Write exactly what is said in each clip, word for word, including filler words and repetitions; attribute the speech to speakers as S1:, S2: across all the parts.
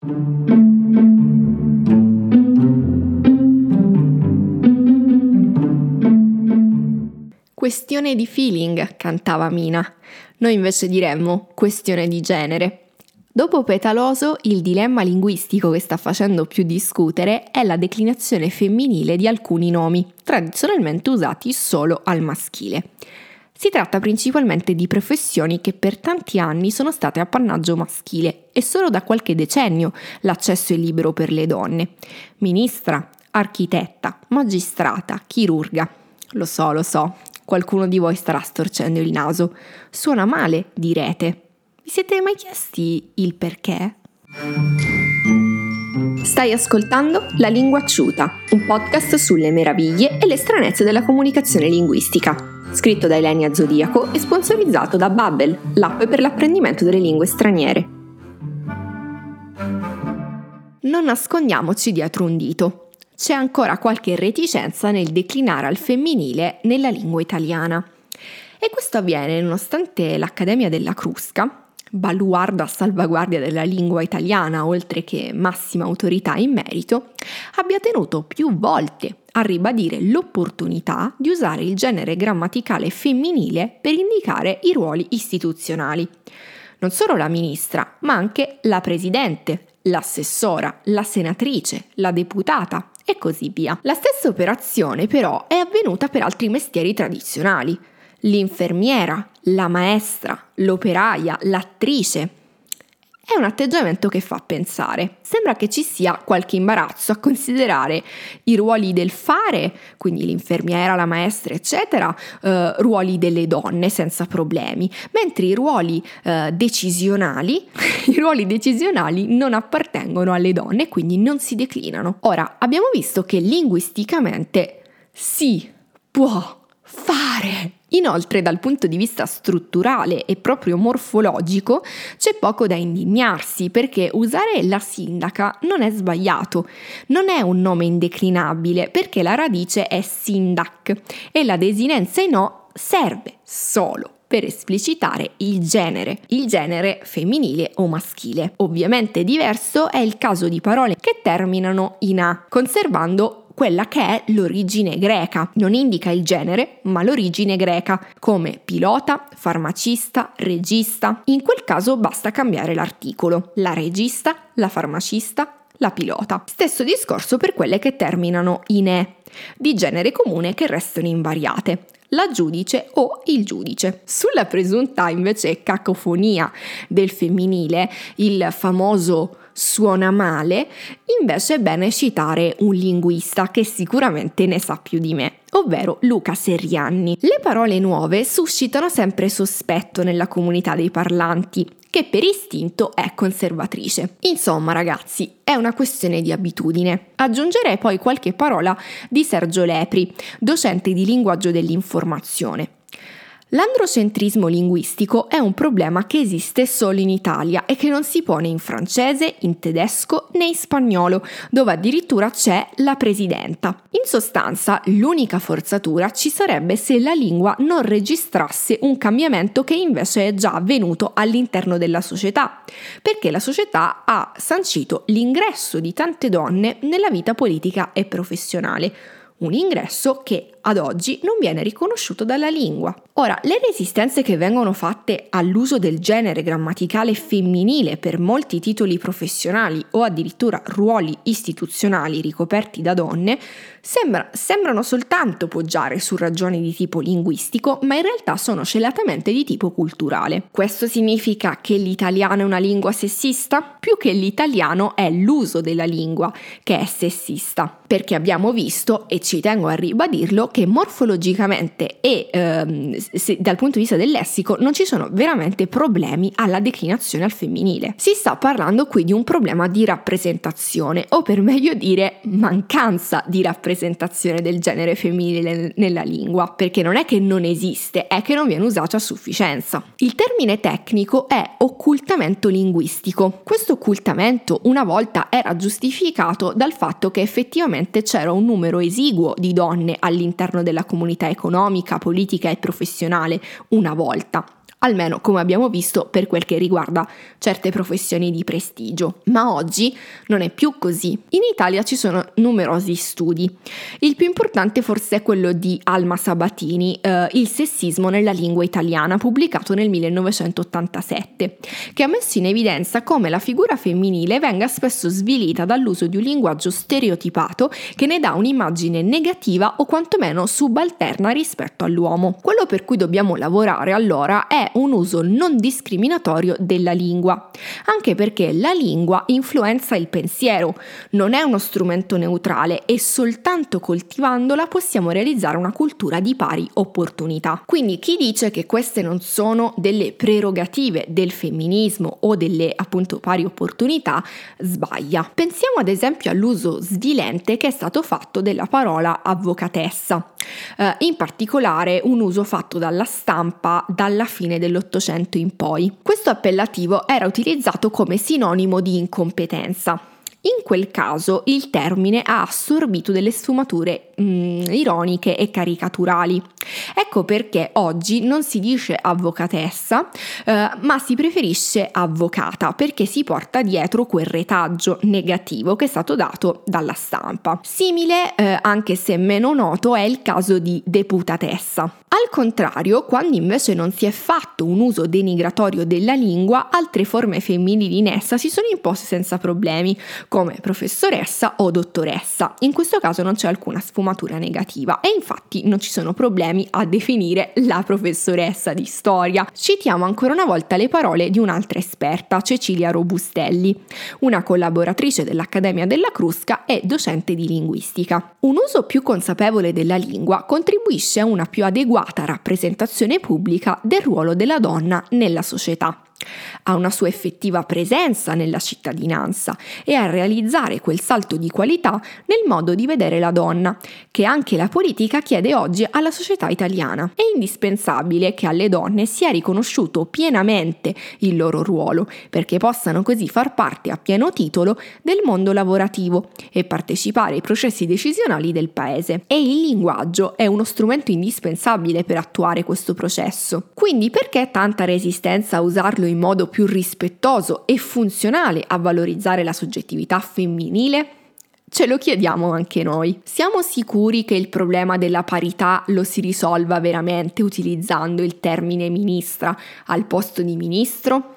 S1: Questione di feeling, cantava Mina. Noi invece diremmo questione di genere. Dopo Petaloso, il dilemma linguistico che sta facendo più discutere è la declinazione femminile di alcuni nomi, tradizionalmente usati solo al maschile. Si tratta principalmente di professioni che per tanti anni sono state appannaggio maschile e solo da qualche decennio l'accesso è libero per le donne. Ministra, architetta, magistrata, chirurga. Lo so, lo so, qualcuno di voi starà storcendo il naso. Suona male, direte. Vi siete mai chiesti il perché? Stai ascoltando La Lingua Acciuta, un podcast sulle meraviglie e le stranezze della comunicazione linguistica, scritto da Ilenia Zodiaco e sponsorizzato da Babbel, l'app per l'apprendimento delle lingue straniere. Non nascondiamoci dietro un dito. C'è ancora qualche reticenza nel declinare al femminile nella lingua italiana. E questo avviene nonostante l'Accademia della Crusca, baluardo a salvaguardia della lingua italiana oltre che massima autorità in merito, abbia tenuto più volte a ribadire l'opportunità di usare il genere grammaticale femminile per indicare i ruoli istituzionali. Non solo la ministra, ma anche la presidente, l'assessora, la senatrice, la deputata e così via. La stessa operazione però è avvenuta per altri mestieri tradizionali. L'infermiera, la maestra, l'operaia, l'attrice. È un atteggiamento che fa pensare. Sembra che ci sia qualche imbarazzo a considerare i ruoli del fare, quindi l'infermiera, la maestra, eccetera, eh, ruoli delle donne senza problemi, mentre i ruoli eh, decisionali, i ruoli decisionali non appartengono alle donne e quindi non si declinano. Ora, abbiamo visto che linguisticamente si può fare. Inoltre, dal punto di vista strutturale e proprio morfologico, c'è poco da indignarsi perché usare la sindaca non è sbagliato. Non è un nome indeclinabile perché la radice è sindac e la desinenza in o serve solo per esplicitare il genere, il genere femminile o maschile. Ovviamente diverso è il caso di parole che terminano in a, conservando quella che è l'origine greca. Non indica il genere, ma l'origine greca, come pilota, farmacista, regista. In quel caso basta cambiare l'articolo. La regista, la farmacista, la pilota. Stesso discorso per quelle che terminano in e, di genere comune che restano invariate. La giudice o il giudice. Sulla presunta invece cacofonia del femminile, il famoso suona male, invece è bene citare un linguista che sicuramente ne sa più di me, ovvero Luca Serrianni. Le parole nuove suscitano sempre sospetto nella comunità dei parlanti, che per istinto è conservatrice. Insomma, ragazzi, è una questione di abitudine. Aggiungerei poi qualche parola di Sergio Lepri, docente di linguaggio dell'informazione. L'androcentrismo linguistico è un problema che esiste solo in Italia e che non si pone in francese, in tedesco né in spagnolo, dove addirittura c'è la presidenta. In sostanza, l'unica forzatura ci sarebbe se la lingua non registrasse un cambiamento che invece è già avvenuto all'interno della società, perché la società ha sancito l'ingresso di tante donne nella vita politica e professionale. Un ingresso che ad oggi non viene riconosciuto dalla lingua. Ora, le resistenze che vengono fatte all'uso del genere grammaticale femminile per molti titoli professionali o addirittura ruoli istituzionali ricoperti da donne sembra, sembrano soltanto poggiare su ragioni di tipo linguistico, ma in realtà sono celatamente di tipo culturale. Questo significa che l'italiano è una lingua sessista? Più che l'italiano è l'uso della lingua che è sessista, perché abbiamo visto, e ci tengo a ribadirlo, che morfologicamente e ehm, se, dal punto di vista del lessico non ci sono veramente problemi alla declinazione al femminile. Si sta parlando qui di un problema di rappresentazione, o per meglio dire mancanza di rappresentazione del genere femminile nella lingua, perché non è che non esiste, è che non viene usato a sufficienza. Il termine tecnico è occultamento linguistico. Questo occultamento una volta era giustificato dal fatto che effettivamente c'era un numero esiguo di donne all'interno della comunità economica, politica e professionale una volta. almeno come abbiamo visto per quel che riguarda certe professioni di prestigio. Ma oggi non è più così. In Italia ci sono numerosi studi. Il più importante forse è quello di Alma Sabatini, eh, Il sessismo nella lingua italiana, pubblicato nel millenovecentottantasette, che ha messo in evidenza come la figura femminile venga spesso svilita dall'uso di un linguaggio stereotipato che ne dà un'immagine negativa o quantomeno subalterna rispetto all'uomo. Quello per cui dobbiamo lavorare allora è un uso non discriminatorio della lingua, anche perché la lingua influenza il pensiero, non è uno strumento neutrale e soltanto coltivandola possiamo realizzare una cultura di pari opportunità. Quindi chi dice che queste non sono delle prerogative del femminismo o delle appunto pari opportunità sbaglia. Pensiamo ad esempio all'uso svilente che è stato fatto della parola avvocatessa, eh, in particolare un uso fatto dalla stampa dalla fine dell'Ottocento in poi. Questo appellativo era utilizzato come sinonimo di incompetenza. In quel caso il termine ha assorbito delle sfumature mm, ironiche e caricaturali. Ecco perché oggi non si dice avvocatessa, eh, ma si preferisce avvocata, perché si porta dietro quel retaggio negativo che è stato dato dalla stampa. Simile, eh, anche se meno noto, è il caso di deputatessa. Al contrario, quando invece non si è fatto un uso denigratorio della lingua, altre forme femminili in essa si sono imposte senza problemi, come professoressa o dottoressa. In questo caso non c'è alcuna sfumatura negativa e infatti non ci sono problemi a definire la professoressa di storia. Citiamo ancora una volta le parole di un'altra esperta, Cecilia Robustelli, una collaboratrice dell'Accademia della Crusca e docente di linguistica. Un uso più consapevole della lingua contribuisce a una più adeguata rappresentazione pubblica del ruolo della donna nella società, a una sua effettiva presenza nella cittadinanza e a realizzare quel salto di qualità nel modo di vedere la donna, che anche la politica chiede oggi alla società italiana. È indispensabile che alle donne sia riconosciuto pienamente il loro ruolo, perché possano così far parte a pieno titolo del mondo lavorativo e partecipare ai processi decisionali del paese. E il linguaggio è uno strumento indispensabile per attuare questo processo. Quindi perché tanta resistenza a usarlo in modo più rispettoso e funzionale a valorizzare la soggettività femminile? Ce lo chiediamo anche noi. Siamo sicuri che il problema della parità lo si risolva veramente utilizzando il termine ministra al posto di ministro?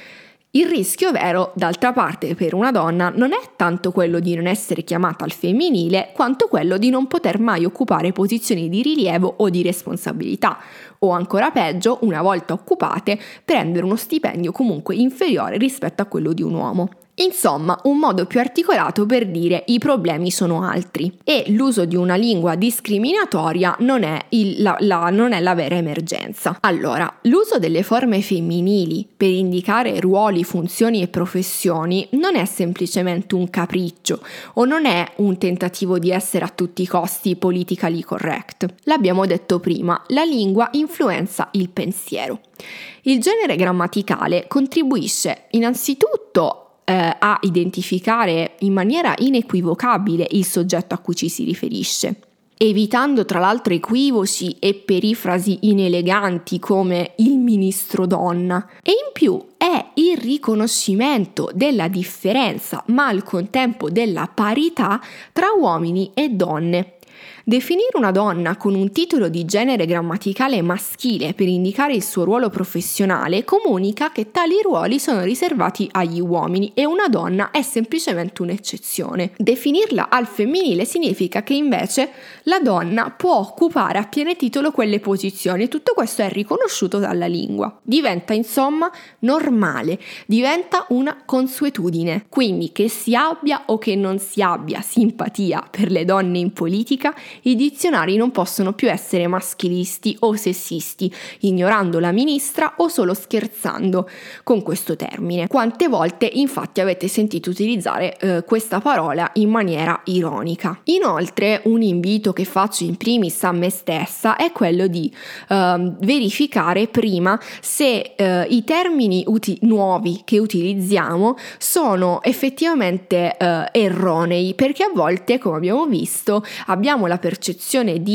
S1: Il rischio vero, d'altra parte, per una donna non è tanto quello di non essere chiamata al femminile, quanto quello di non poter mai occupare posizioni di rilievo o di responsabilità, o ancora peggio, una volta occupate, prendere uno stipendio comunque inferiore rispetto a quello di un uomo. Insomma, un modo più articolato per dire i problemi sono altri e l'uso di una lingua discriminatoria non è, il, la, la, non è la vera emergenza. Allora, l'uso delle forme femminili per indicare ruoli, funzioni e professioni non è semplicemente un capriccio o non è un tentativo di essere a tutti i costi politically correct. L'abbiamo detto prima, la lingua influenza il pensiero. Il genere grammaticale contribuisce innanzitutto a identificare in maniera inequivocabile il soggetto a cui ci si riferisce, evitando tra l'altro equivoci e perifrasi ineleganti come il ministro donna, e in più è il riconoscimento della differenza ma al contempo della parità tra uomini e donne. Definire una donna con un titolo di genere grammaticale maschile per indicare il suo ruolo professionale comunica che tali ruoli sono riservati agli uomini e una donna è semplicemente un'eccezione. Definirla al femminile significa che invece la donna può occupare a pieno titolo quelle posizioni e tutto questo è riconosciuto dalla lingua. Diventa insomma normale, diventa una consuetudine. Quindi che si abbia o che non si abbia simpatia per le donne in politica, i dizionari non possono più essere maschilisti o sessisti, ignorando la ministra o solo scherzando con questo termine. Quante volte infatti avete sentito utilizzare eh, questa parola in maniera ironica? Inoltre, un invito che faccio in primis a me stessa è quello di eh, verificare prima se eh, i termini uti- nuovi che utilizziamo sono effettivamente eh, erronei, perché a volte, come abbiamo visto, abbiamo la percezione di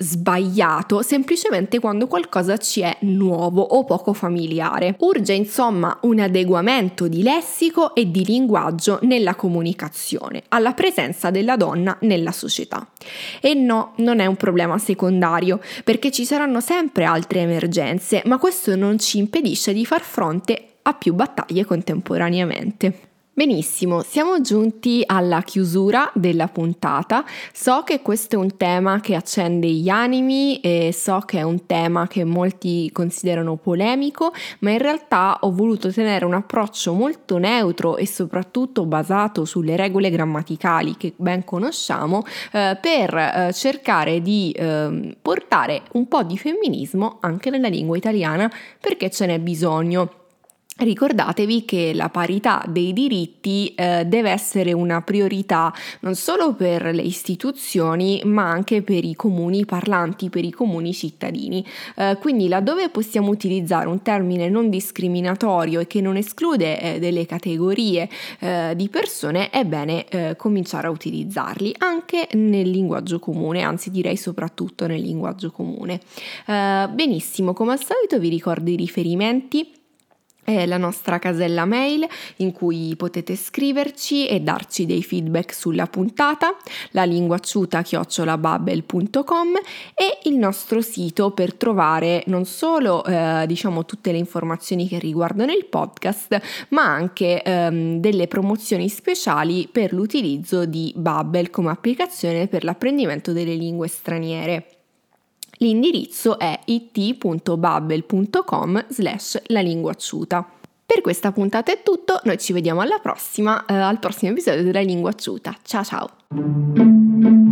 S1: sbagliato semplicemente quando qualcosa ci è nuovo o poco familiare. Urge insomma un adeguamento di lessico e di linguaggio nella comunicazione alla presenza della donna nella società. E no, non è un problema secondario, perché ci saranno sempre altre emergenze, ma questo non ci impedisce di far fronte a più battaglie contemporaneamente. Benissimo, siamo giunti alla chiusura della puntata. So che questo è un tema che accende gli animi e so che è un tema che molti considerano polemico, ma in realtà ho voluto tenere un approccio molto neutro e soprattutto basato sulle regole grammaticali che ben conosciamo, eh, per eh, cercare di eh, portare un po' di femminismo anche nella lingua italiana, perché ce n'è bisogno. Ricordatevi che la parità dei diritti eh, deve essere una priorità non solo per le istituzioni ma anche per i comuni parlanti, per i comuni cittadini. Eh, quindi laddove possiamo utilizzare un termine non discriminatorio e che non esclude eh, delle categorie eh, di persone, è bene eh, cominciare a utilizzarli anche nel linguaggio comune, anzi direi soprattutto nel linguaggio comune. Eh, benissimo, come al solito vi ricordo i riferimenti. È la nostra casella mail in cui potete scriverci e darci dei feedback sulla puntata, la linguacciuta chiocciola babbel punto com e il nostro sito per trovare non solo eh, diciamo tutte le informazioni che riguardano il podcast, ma anche ehm, delle promozioni speciali per l'utilizzo di Babbel come applicazione per l'apprendimento delle lingue straniere. L'indirizzo è it punto babbel punto com slash la linguacciuta. Per questa puntata è tutto, noi ci vediamo alla prossima, eh, al prossimo episodio della Linguacciuta. Ciao ciao!